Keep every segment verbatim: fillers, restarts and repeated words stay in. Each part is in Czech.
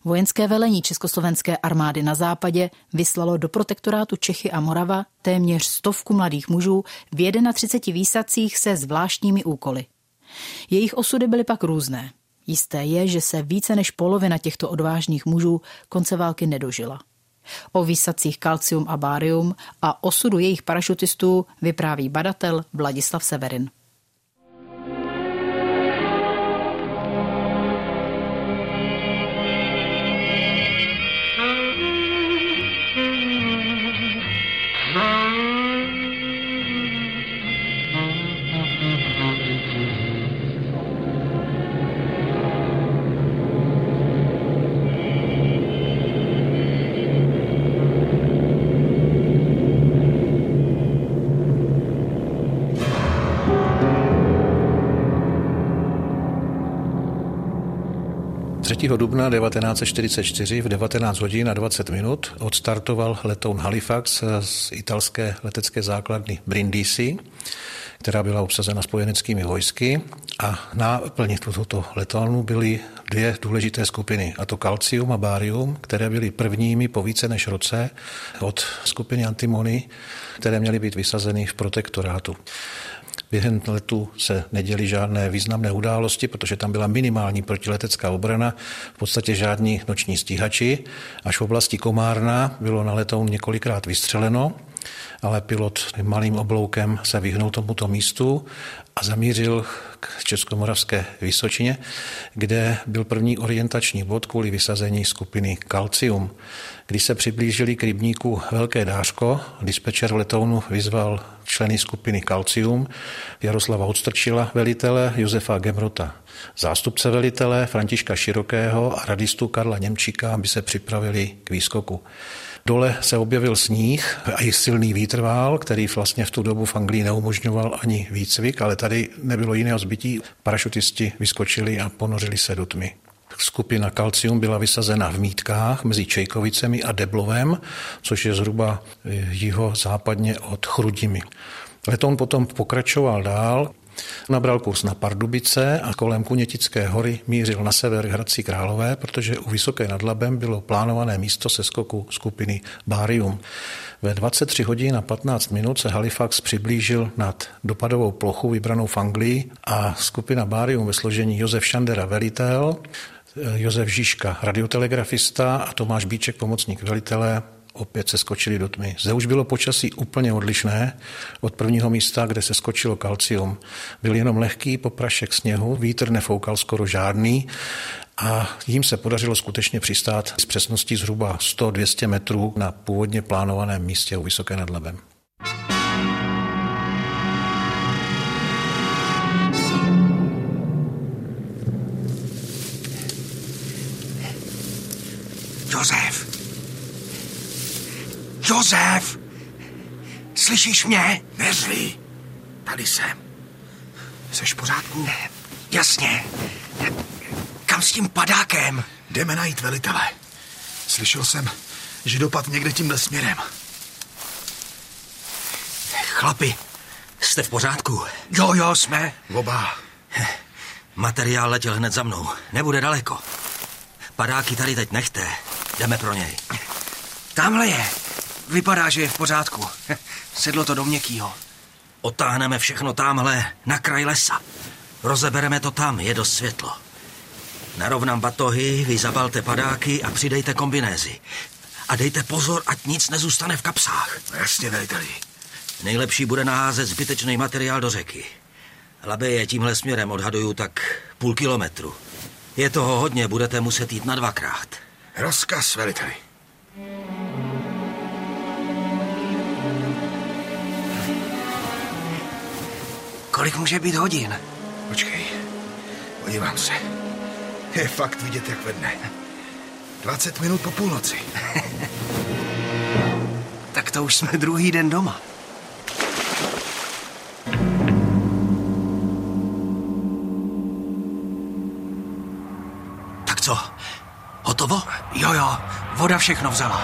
Vojenské velení československé armády na západě vyslalo do protektorátu Čechy a Morava téměř stovku mladých mužů v třiceti jedné výsadcích se zvláštními úkoly. Jejich osudy byly pak různé. Jisté je, že se více než polovina těchto odvážných mužů konce války nedožila. O výsadcích Calcium a Barium a osudu jejich parašutistů vypráví badatel Vladislav Severin. třetího dubna devatenáct set čtyřicet čtyři v devatenáct hodin a dvacet minut odstartoval letoun Halifax z italské letecké základny Brindisi, která byla obsazena spojeneckými vojsky, a náplní tohoto letounu byly dvě důležité skupiny, a to Calcium a Barium, které byly prvními po více než roce od skupiny Antimony, které měly být vysazeny v protektorátu. Během letu se neděly žádné významné události, protože tam byla minimální protiletecká obrana, v podstatě žádní noční stíhači. Až v oblasti Komárna bylo na letoun několikrát vystřeleno, ale pilot malým obloukem se vyhnul tomuto místu a zamířil k Českomoravské Vysočině, kde byl první orientační bod kvůli vysazení skupiny Calcium. Když se přiblížili k rybníku Velké Dářko, dispečer letounu vyzval členy skupiny Calcium, Jaroslava Odstrčila, velitele, Josefa Gemrota, zástupce velitele, Františka Širokého a radistu Karla Němčíka, aby se připravili k výskoku. Dole se objevil sníh a i silný vítr vál, který vlastně v tu dobu v Anglii neumožňoval ani výcvik, ale tady nebylo jiného zbytí. Parašutisti vyskočili a ponořili se do tmy. Skupina Calcium byla vysazena v Mítkách mezi Čejkovicemi a Deblovem, což je zhruba jihozápadně od Chrudimi. Letoun potom pokračoval dál, nabral kurz na Pardubice a kolem Kunětické hory mířil na sever k Hradci Králové, protože u Vysoké nad Labem bylo plánované místo seskoku skupiny Barium. Ve dvacet tři hodin a patnáct minut se Halifax přiblížil nad dopadovou plochu vybranou v Anglii a skupina Barium ve složení Josef Šandera velitel, Josef Žižka radiotelegrafista a Tomáš Bíček pomocník velitele opět se skočili do tmy. Zde už bylo počasí úplně odlišné od prvního místa, kde se skočilo Calcium. Byl jenom lehký poprašek sněhu, vítr nefoukal skoro žádný a jim se podařilo skutečně přistát s přesností zhruba sto až dvě stě metrů na původně plánovaném místě u Vysoké nad Labem. Josef! Josef! Slyšíš mě? Neřvi, tady jsem. Jseš v pořádku? Jasně. Kam s tím padákem? Jdeme najít velitele. Slyšel jsem, že dopad někde tímhle směrem. Chlapi, jste v pořádku? Jo, jo, jsme. Oba. Materiál letěl hned za mnou. Nebude daleko. Padáky tady teď nechte. Jdeme pro něj. Tamhle je. Vypadá, že je v pořádku. Sedlo to do měkkýho. Otáhneme všechno tamhle na kraj lesa. Rozebereme to tam, je dost světlo. Narovnám batohy, vy zabalte padáky a přidejte kombinézy. A dejte pozor, ať nic nezůstane v kapsách. Jasně, veliteli. Nejlepší bude naházet zbytečný materiál do řeky. Labe je tímhle směrem, odhaduju tak půl kilometru. Je toho hodně, budete muset jít na dvakrát. Rozkaz, veliteli. Kolik může být hodin? Počkej, podívám se. Je fakt vidět, jak ve dne. dvacet minut po půlnoci. Tak to už jsme druhý den doma. Tak co? Hotovo? Jo, jo, voda všechno vzala.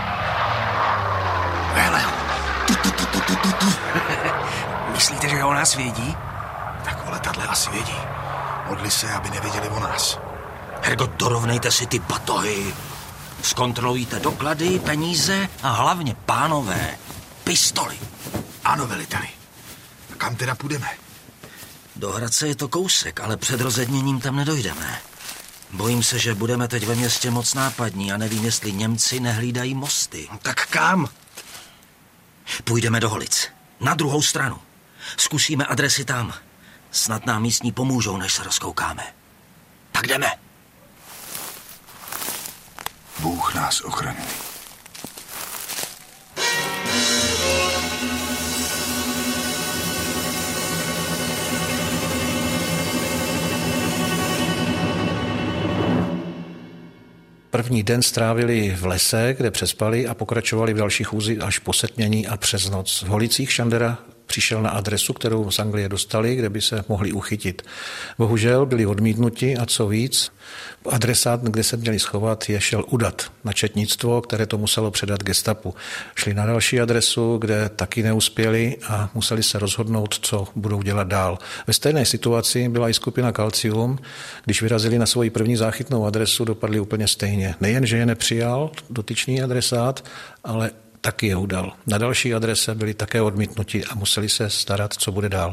Velel. Tu, tu, tu, tu, tu, tu, tu. Myslíte, že o nás vědí? Tak o letadle asi vědí. Modli se, aby nevěděli o nás. Hergot, dorovnejte si ty batohy. Zkontrolujte doklady, peníze a hlavně, pánové, pistoli. Ano, veliteli. A kam teda půjdeme? Do Hradce je to kousek, ale před rozedněním tam nedojdeme. Bojím se, že budeme teď ve městě moc nápadní a nevím, jestli Němci nehlídají mosty. Tak kam? Půjdeme do Holic. Na druhou stranu. Zkusíme adresy tam. Snad nám místní pomůžou, než se rozkoukáme. Tak jdeme. Bůh nás ochraňuje. První den strávili v lese, kde přespali a pokračovali v další chůzi až po setmění a přes noc. V Holicích Šandera přišel na adresu, kterou z Anglie dostali, kde by se mohli uchytit. Bohužel byli odmítnuti a co víc, adresát, kde se měli schovat, je šel udat na četnictvo, které to muselo předat gestapu. Šli na další adresu, kde taky neuspěli a museli se rozhodnout, co budou dělat dál. Ve stejné situaci byla i skupina Calcium. Když vyrazili na svoji první záchytnou adresu, dopadli úplně stejně. Nejen, že je nepřijal dotyčný adresát, ale taky je udal. Na další adrese byli také odmítnuti a museli se starat, co bude dál.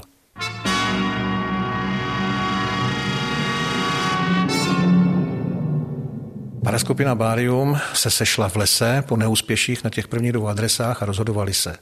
Paraskupina Barium se sešla v lese po neúspěších na těch prvních dvou adresách a rozhodovali se.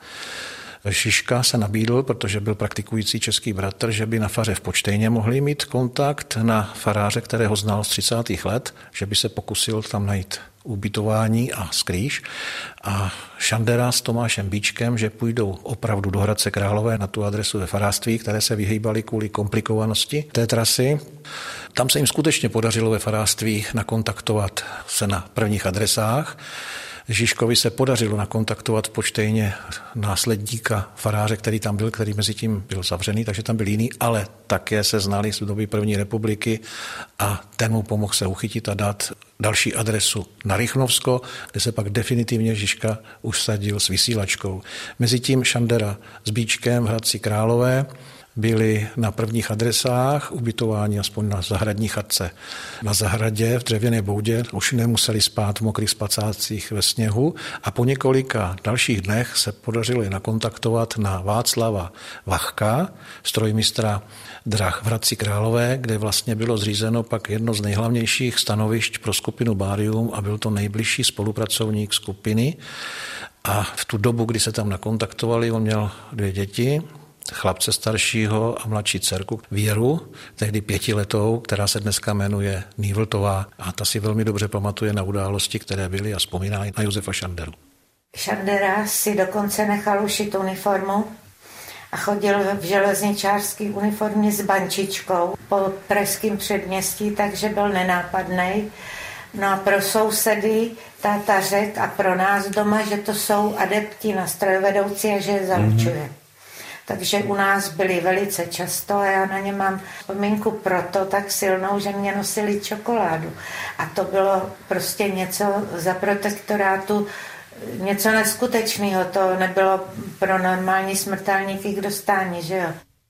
Šiška se nabídl, protože byl praktikující český bratr, že by na faře v Počtejně mohli mít kontakt na faráře, kterého znal z třicátých let, že by se pokusil tam najít ubytování a skrýž. A Šandera s Tomášem Bíčkem, že půjdou opravdu do Hradce Králové na tu adresu ve farářství, které se vyhýbaly kvůli komplikovanosti té trasy. Tam se jim skutečně podařilo ve farářství nakontaktovat se na prvních adresách. Žižkovi se podařilo nakontaktovat v Počtejně následníka faráře, který tam byl, který mezi tím byl zavřený, takže tam byl jiný, ale také se znali z doby první republiky a ten mu pomohl se uchytit a dát další adresu na Rychnovsko, kde se pak definitivně Žižka usadil s vysílačkou. Mezitím Šandera s Bíčkem v Hradci Králové byli na prvních adresách, ubytováni aspoň na zahradní chatce. Na zahradě v dřevěné boudě už nemuseli spát v mokrých spacácích ve sněhu a po několika dalších dnech se podařilo je nakontaktovat na Václava Vachka, strojmistra drah v Hradci Králové, kde vlastně bylo zřízeno pak jedno z nejhlavnějších stanovišť pro skupinu Barium a byl to nejbližší spolupracovník skupiny. A v tu dobu, kdy se tam nakontaktovali, on měl dvě děti, chlapce staršího a mladší dcerku Věru, tehdy pětiletou, která se dneska jmenuje Nývltová a ta si velmi dobře pamatuje na události, které byly a vzpomíná na Josefa Šanderu. Šandera si dokonce nechal ušit uniformu a chodil v železničářské uniformě s bančičkou po pražském předměstí, takže byl nenápadnej. No a pro sousedy táta řekl a pro nás doma, že to jsou adepti na strojvedoucí a že je zaručuje. Mm-hmm. Takže u nás byli velice často a já na ně mám vzpomínku proto tak silnou, že mě nosili čokoládu. A to bylo prostě něco za protektorátu, něco neskutečného. To nebylo pro normální smrtelníky k dostání, že jo?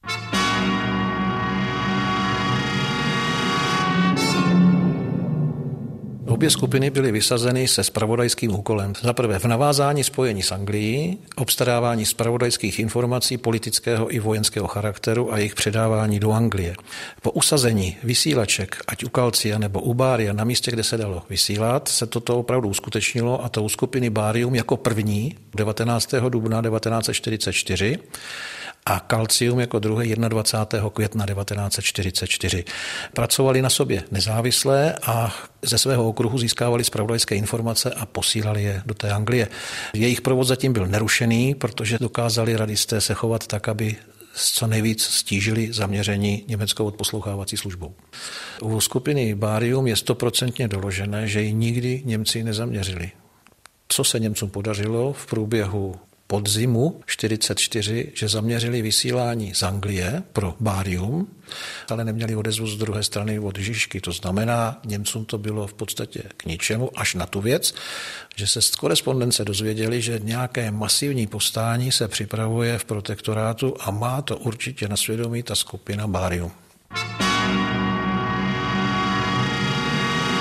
Obě skupiny byly vysazeny se zpravodajským úkolem. Za prvé v navázání spojení s Anglií, obstarávání zpravodajských informací politického i vojenského charakteru a jejich předávání do Anglie. Po usazení vysílaček, ať u Calcia nebo u Bária na místě, kde se dalo vysílat, se toto opravdu uskutečnilo a to u skupiny Barium jako první devatenáctého dubna devatenáct set čtyřicet čtyři a Calcium jako druhé dvacátého prvního května devatenáct set čtyřicet čtyři. Pracovali na sobě nezávisle a ze svého okruhu získávali zpravodajské informace a posílali je do té Anglie. Jejich provod zatím byl nerušený, protože dokázali radisté se chovat tak, aby co nejvíc stížili zaměření německou odposlouchávací službou. U skupiny Barium je stoprocentně doložené, že ji nikdy Němci nezaměřili. Co se Němcům podařilo v průběhu podzimu čtyřicet čtyři, že zaměřili vysílání z Anglie pro Barium, ale neměli odezvu z druhé strany od Žižky. To znamená, Němcům to bylo v podstatě k ničemu, až na tu věc, že se z korespondence dozvěděli, že nějaké masivní povstání se připravuje v protektorátu a má to určitě na svědomí ta skupina Barium.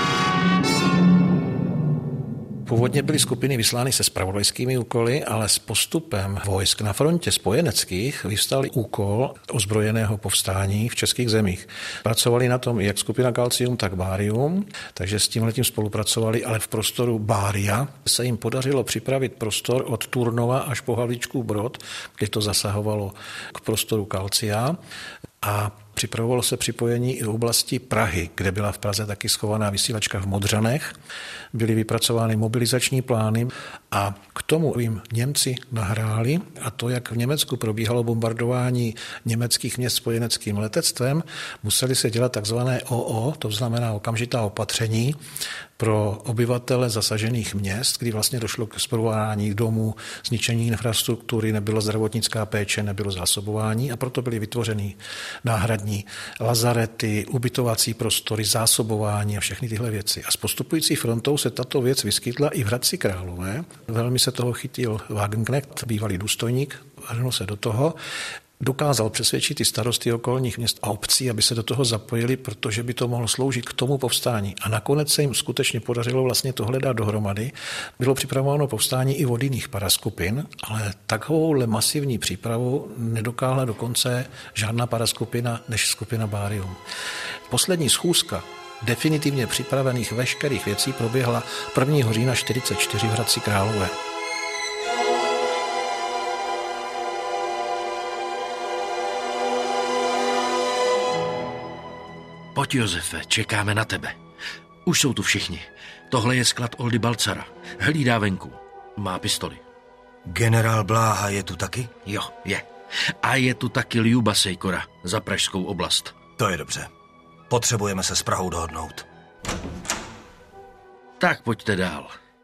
Původně byly skupiny vyslány se zpravodajskými úkoly, ale s postupem vojsk na frontě spojeneckých vyvstal úkol ozbrojeného povstání v českých zemích. Pracovali na tom jak skupina Calcium, tak Barium, takže s tímhletím spolupracovali, ale v prostoru Bária se jim podařilo připravit prostor od Turnova až po Havlíčkův Brod, kde to zasahovalo k prostoru Calcia, a připravovalo se připojení i v oblasti Prahy, kde byla v Praze taky schovaná vysílačka v Modřanech. Byly vypracovány mobilizační plány a k tomu jim Němci nahráli, a to, jak v Německu probíhalo bombardování německých měst spojeneckým letectvem, museli se dělat takzvané O O, to znamená okamžitá opatření pro obyvatele zasažených měst, kdy vlastně došlo k zborování domů, zničení infrastruktury, nebylo zdravotnická péče, nebylo zásobování, a proto byly vytvořeny náhradní lazarety, ubytovací prostory, zásobování a všechny tyhle věci. A s postupující frontou se tato věc vyskytla i v Hradci Králové. Velmi se toho chytil Wagenknecht, bývalý důstojník, vrhnul se do toho, dokázal přesvědčit i starosty okolních měst a obcí, aby se do toho zapojili, protože by to mohlo sloužit k tomu povstání. A nakonec se jim skutečně podařilo vlastně tohle dát dohromady. Bylo připravováno povstání i od jiných paraskupin, ale takovouhle masivní přípravu nedokáhla dokonce žádná paraskupina než skupina Barium. Poslední schůzka definitivně připravených veškerých věcí proběhla prvního října čtyřicet čtyři v Hradci Králové. Pojď, Josefe, čekáme na tebe. Už jsou tu všichni. Tohle je sklad Oldy Balcara. Hlídá venku. Má pistoli. Generál Bláha je tu taky? Jo, je. A je tu taky Ljuba Sejkora za Pražskou oblast. To je dobře. Potřebujeme se s Prahou dohodnout. Tak pojďte dál.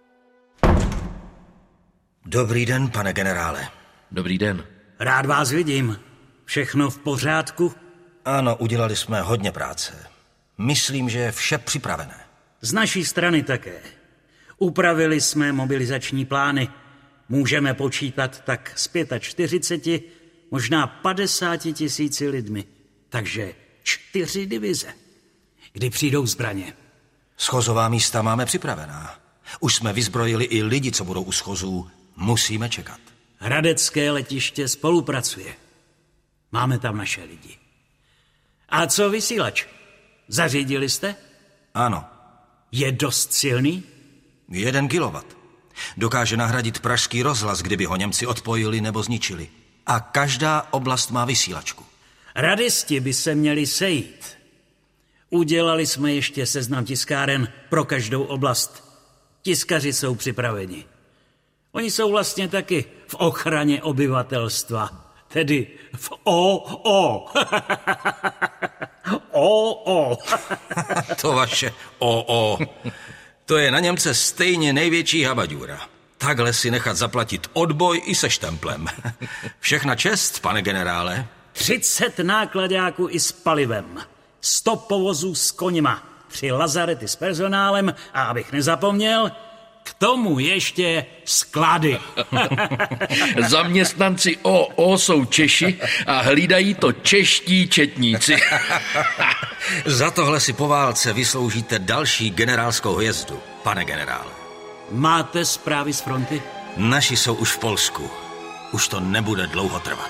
Dobrý den, pane generále. Dobrý den. Rád vás vidím. Všechno v pořádku? Ano, udělali jsme hodně práce. Myslím, že je vše připravené. Z naší strany také. Upravili jsme mobilizační plány. Můžeme počítat tak z čtyřiceti pěti, možná padesáti tisíci lidmi. Takže čtyři divize. Kdy přijdou zbraně? Schozová místa máme připravená. Už jsme vyzbrojili i lidi, co budou u schozů. Musíme čekat. Hradecké letiště spolupracuje. Máme tam naše lidi. A co vysílač? Zařídili jste? Ano. Je dost silný? Jeden kilowatt. Dokáže nahradit pražský rozhlas, kdyby ho Němci odpojili nebo zničili. A každá oblast má vysílačku. Radisti by se měli sejít. Udělali jsme ještě seznam tiskáren pro každou oblast. Tiskaři jsou připraveni. Oni jsou vlastně taky v ochraně obyvatelstva. Tedy v O O. O O. To vaše O O. To je na Němce stejně největší habaďůra. Takhle si nechat zaplatit odboj i se štemplem. Všechna čest, pane generále. Třicet nákladáků i s palivem. Sto povozů s koněma. Tři lazarety s personálem a abych nezapomněl, k tomu ještě sklady. Zaměstnanci O O jsou Češi a hlídají to čeští četníci. Za tohle si po válce vysloužíte další generálskou hvězdu, pane generále. Máte zprávy z fronty? Naši jsou už v Polsku. Už to nebude dlouho trvat.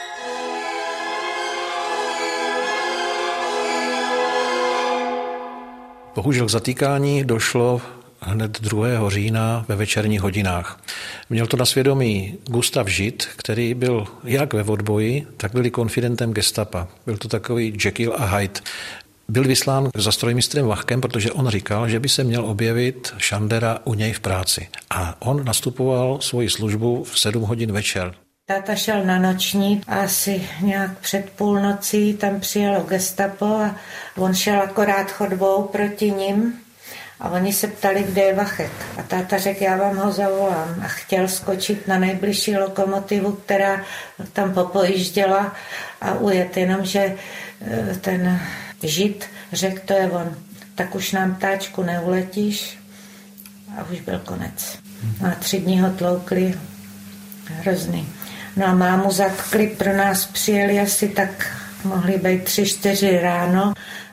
Bohužel k zatýkání došlo hned druhého října ve večerních hodinách. Měl to na svědomí Gustav Žid, který byl jak ve odboji, tak byl i konfidentem gestapa. Byl to takový Jekyll a Hyde. Byl vyslán za strojmistrem Vachkem, protože on říkal, že by se měl objevit Šandera u něj v práci. A on nastupoval svoji službu v sedm hodin večer. Táta šel na noční a asi nějak před půlnocí tam přijelo gestapo a on šel akorát chodbou proti nim a oni se ptali, kde je Vachek. A táta řekl, já vám ho zavolám a chtěl skočit na nejbližší lokomotivu, která tam popojížděla a ujet, jenomže ten Žid řekl, to je on, tak už nám táčku neuletíš a už byl konec. No a tři dní ho tloukli, hrozný. No a mámu zatkli, pro nás přijeli asi tak, mohli být tři, čtyři ráno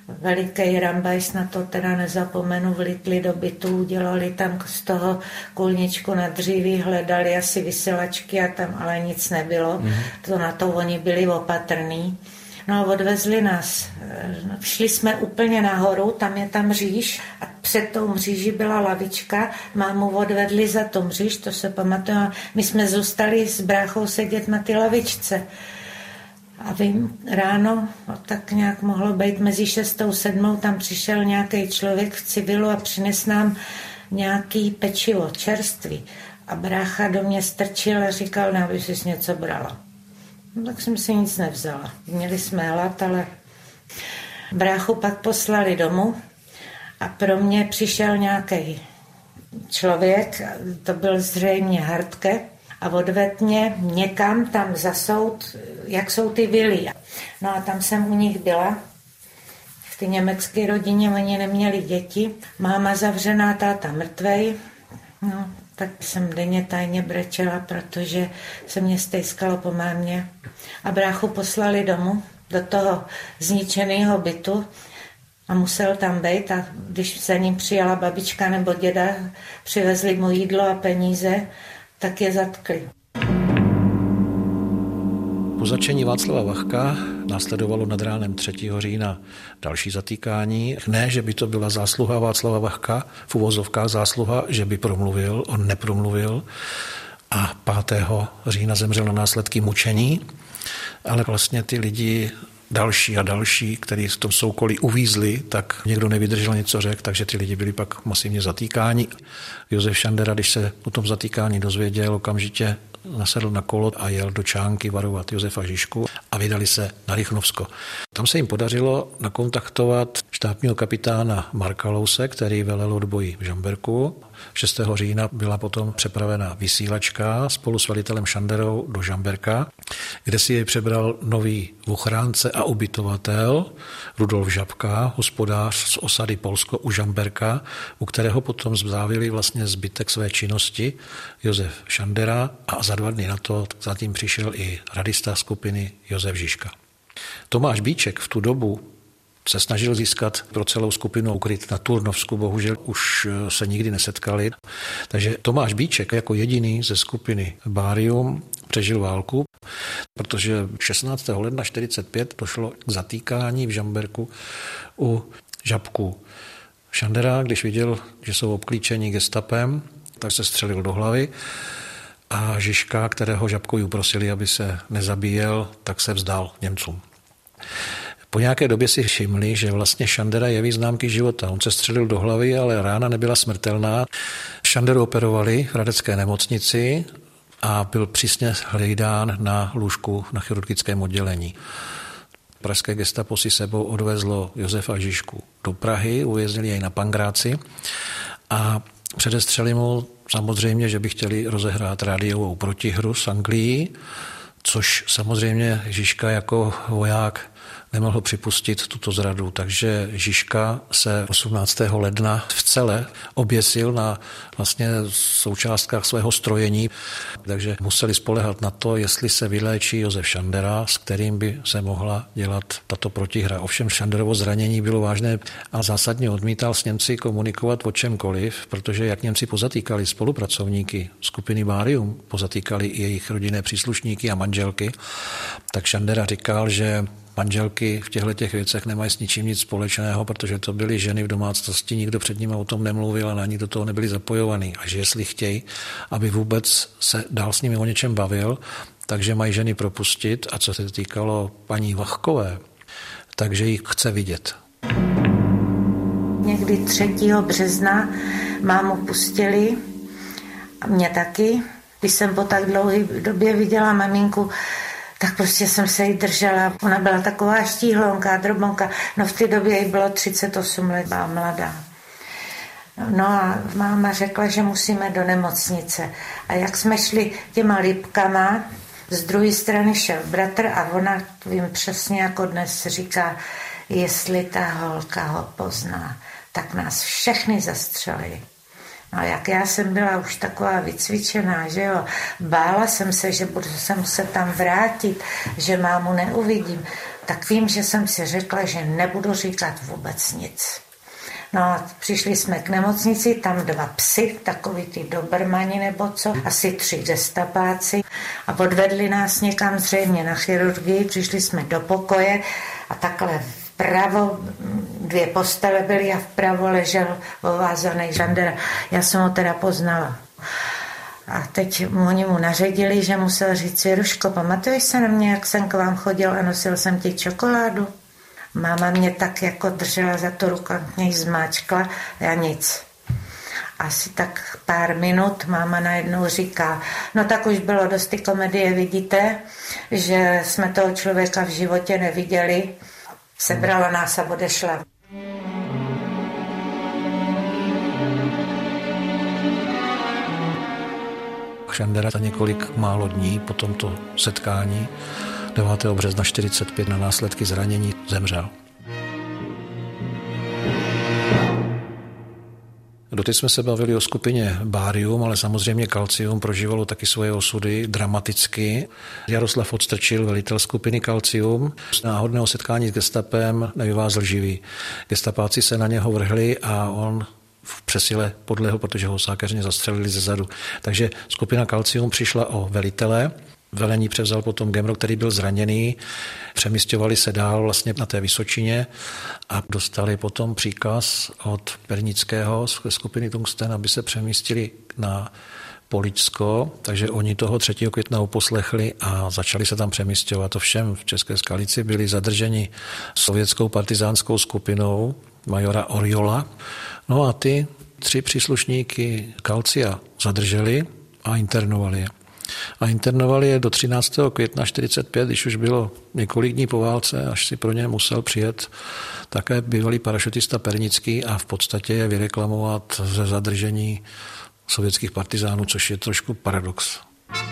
veliký rambajs, na to teda nezapomenu, vlítli do bytu, udělali tam z toho kulničku na dříví, hledali asi vysílačky a tam ale nic nebylo. Mm. To na to oni byli opatrní. No a odvezli nás. Šli jsme úplně nahoru, tam je ta mříž a před tou mříží byla lavička. Mámu odvedli za tu mříž, to se pamatuju. My jsme zůstali s bráchou sedět na ty lavičce. A vím, ráno, tak nějak mohlo být mezi šestou, sedmou, tam přišel nějaký člověk v civilu a přines nám nějaký pečivo, čerství. A brácha do mě strčil a říkal, no, aby jsi něco brala. No, tak jsem si nic nevzala. Měli jsme hlad, ale bráchu pak poslali domů a pro mě přišel nějaký člověk, to byl zřejmě Hartke, a odvedl mě někam tam za soud, jak jsou ty vily. No a tam jsem u nich byla. V té německé rodině oni neměli děti. Máma zavřená, táta mrtvej. No, tak jsem denně tajně brečela, protože se mě stejskalo po mámě. A bráchu poslali domů, do toho zničeného bytu a musel tam být. A když za ním přijela babička nebo děda, přivezli mu jídlo a peníze, tak je zatkli. Po zatčení Václava Vachka následovalo nad ránem třetího října další zatýkání. Ne, že by to byla zásluha Václava Vachka, v uvozovkách zásluha, že by promluvil, on nepromluvil a pátého října zemřel na následky mučení, ale vlastně ty lidi další a další, kteří v tom soukolí uvízli, tak někdo nevydržel, něco řekl, takže ty lidi byli pak masivně zatýkáni. Josef Šandera, když se o tom zatýkání dozvěděl, okamžitě nasedl na kolo a jel do Čánky varovat Josefa Žižku a vydali se na Rychnovsko. Tam se jim podařilo nakontaktovat štábního kapitána Marka Louse, který velel odboji v Žamberku. šestého října byla potom přepravena vysílačka spolu s velitelem Šanderou do Žamberka, kde si jej přebral nový ochránce a ubytovatel Rudolf Žabka, hospodář z osady Polsko u Žamberka, u kterého potom zbavili vlastně zbytek své činnosti Josef Šandera a za dva dny na to zatím přišel i radista skupiny Josef Žižka. Tomáš Bíček v tu dobu se snažil získat pro celou skupinu ukryt na Turnovsku, bohužel už se nikdy nesetkali. Takže Tomáš Bíček jako jediný ze skupiny Bárium přežil válku, protože šestnáctého ledna čtyřicet pět došlo k zatýkání v Žamberku u Žabků. Šandera, když viděl, že jsou obklíčeni gestapem, tak se střelil do hlavy a Žižka, kterého Žabkovi uprosili, aby se nezabíjel, tak se vzdal Němcům. Po nějaké době si všimli, že vlastně Šandera jeví známky života. On se střelil do hlavy, ale rána nebyla smrtelná. Šanderu operovali v hradecké nemocnici a byl přísně hlídán na lůžku na chirurgickém oddělení. Pražské gestapo si sebou odvezlo Josefa Žižku do Prahy, uvěznili jej na Pangráci a předestřeli mu samozřejmě, že by chtěli rozehrát rádiovou protihru s Anglií, což samozřejmě Žižka jako voják nemohl připustit tuto zradu, takže Žižka se osmnáctého ledna v Cele oběsil na vlastně součástkách svého strojení, takže museli spoléhat na to, jestli se vyléčí Josef Šandera, s kterým by se mohla dělat tato protihra. Ovšem Šanderovo zranění bylo vážné a zásadně odmítal s Němci komunikovat o čemkoliv, protože jak Němci pozatýkali spolupracovníky skupiny Bárium, pozatýkali i jejich rodinné příslušníky a manželky, tak Šandera říkal, že manželky v těchto těch věcech nemají s ničím nic společného, protože to byly ženy v domácnosti, nikdo před nimi o tom nemluvil a ani do toho nebyli zapojovaní. A že jestli chtějí, aby vůbec se dál s nimi o něčem bavil, takže mají ženy propustit. A co se týkalo paní Vachkové, takže ji chce vidět. Někdy třetího března mámu pustili a mě taky. Když jsem po tak dlouhé době viděla maminku, tak prostě jsem se jí držela. Ona byla taková štíhlonká, drobonka. No v té době jí bylo třicet osm let, byla mladá. No a máma řekla, že musíme do nemocnice. A jak jsme šli těma lípkama, z druhé strany šel bratr a ona, vím přesně jako dnes, říká, jestli ta holka ho pozná, tak nás všechny zastřelí. No jak já jsem byla už taková vycvičená, že jo, bála jsem se, že budu se muset tam vrátit, že mámu neuvidím, tak vím, že jsem si řekla, že nebudu říkat vůbec nic. No a přišli jsme k nemocnici, tam dva psy, takový ty dobrmani nebo co, asi tři gestapáci a podvedli nás někam zřejmě na chirurgii, přišli jsme do pokoje a takhle vpravo, dvě postele byly a vpravo ležel ovázaný žandera. Já jsem ho teda poznala. A teď oni mu naředili, že musel říct si, Ruško, pamatuješ se na mě, jak jsem k vám chodil a nosil jsem ti čokoládu? Máma mě tak jako držela za to ruku, mě zmáčkla, já nic. Asi tak pár minut máma najednou říká, no tak už bylo dost ty komedie, vidíte, že jsme toho člověka v životě neviděli. Sebrala nás a odešla. Šandera za několik málo dní po tomto setkání devátého března čtyřicet pět na následky zranění zemřel. Doteď jsme se bavili o skupině bárium, ale samozřejmě kalcium prožívalo taky svoje osudy dramaticky. Jaroslav Odstrčil, velitel skupiny kalcium, z náhodného setkání s gestapem nevyvázl živý. Gestapáci se na něho vrhli a on v přesile podlehl, protože ho zákeřně zastřelili ze zadu. Takže skupina kalcium přišla o velitele. Velení převzal potom Gemro, který byl zraněný. Přemísťovali se dál vlastně na té Vysočině a dostali potom příkaz od Pernického z skupiny Tungsten, aby se přemístili na Poličsko, takže oni toho třetího května uposlechli a začali se tam přemísťovat. Ovšem v České Skalici byli zadrženi sovětskou partizánskou skupinou majora Orjola. No a ty tři příslušníky Kalcia zadrželi a internovali je. A internovali je do třináctého května čtyřicet pět, když už bylo několik dní po válce, až si pro ně musel přijet také bývalý parašutista Pernický a v podstatě je vyreklamovat ze zadržení sovětských partizánů, což je trošku paradox.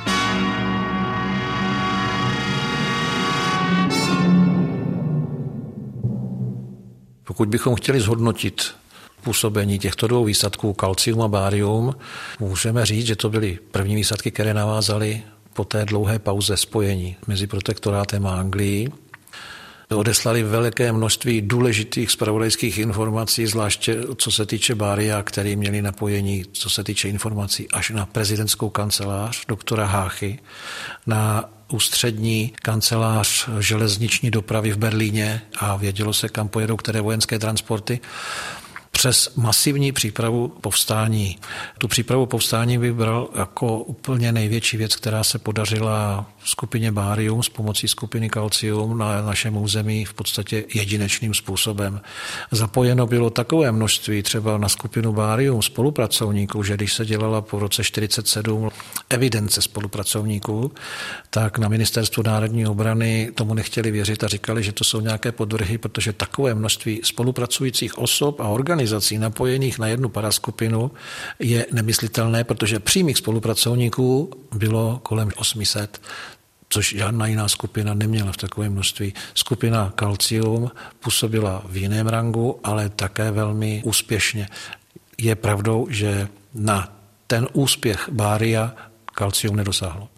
Pokud bychom chtěli zhodnotit působení těchto dvou výsadků kalcium a bárium, můžeme říct, že to byly první výsadky, které navázaly po té dlouhé pauze spojení mezi protektorátem a Anglií. Odeslali veliké množství důležitých zpravodajských informací, zvláště co se týče bária, který měli napojení, co se týče informací až na prezidentskou kancelář doktora Háchy, na ústřední kancelář železniční dopravy v Berlíně a vědělo se, kam pojedou které vojenské transporty, přes masivní přípravu povstání. Tu přípravu povstání bych bral jako úplně největší věc, která se podařila skupině bárium s pomocí skupiny kalcium na našem území v podstatě jedinečným způsobem. Zapojeno bylo takové množství třeba na skupinu bárium spolupracovníků, že když se dělala po roce čtyřicet sedm evidence spolupracovníků, tak na Ministerstvu národní obrany tomu nechtěli věřit a říkali, že to jsou nějaké podvrhy, protože takové množství spolupracujících osob a organizací napojených na jednu paraskupinu je nemyslitelné, protože přímých spolupracovníků bylo kolem osm set, což žádná jiná skupina neměla v takovém množství. Skupina kalcium působila v jiném rangu, ale také velmi úspěšně. Je pravdou, že na ten úspěch bária kalcium nedosáhlo.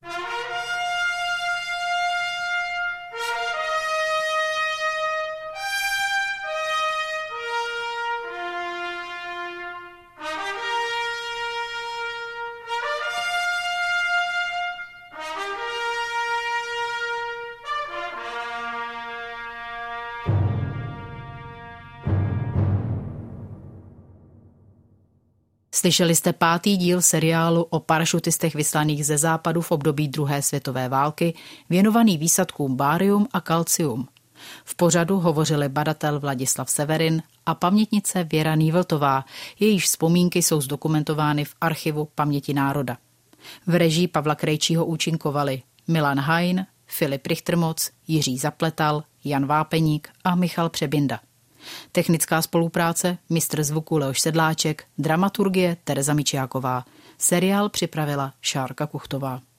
Slyšeli jste pátý díl seriálu o parašutistech vyslaných ze západu v období druhé světové války, věnovaný výsadkům bárium a kalcium. V pořadu hovořili badatel Vladislav Severin a pamětnice Věra Nývltová, jejíž vzpomínky jsou zdokumentovány v archivu Paměti národa. V režii Pavla Krejčího účinkovali Milan Hajn, Filip Richtermoc, Jiří Zapletal, Jan Vápeník a Michal Přebinda. Technická spolupráce, mistr zvuku Leoš Sedláček, dramaturgie Tereza Mičiáková. Seriál připravila Šárka Kuchtová.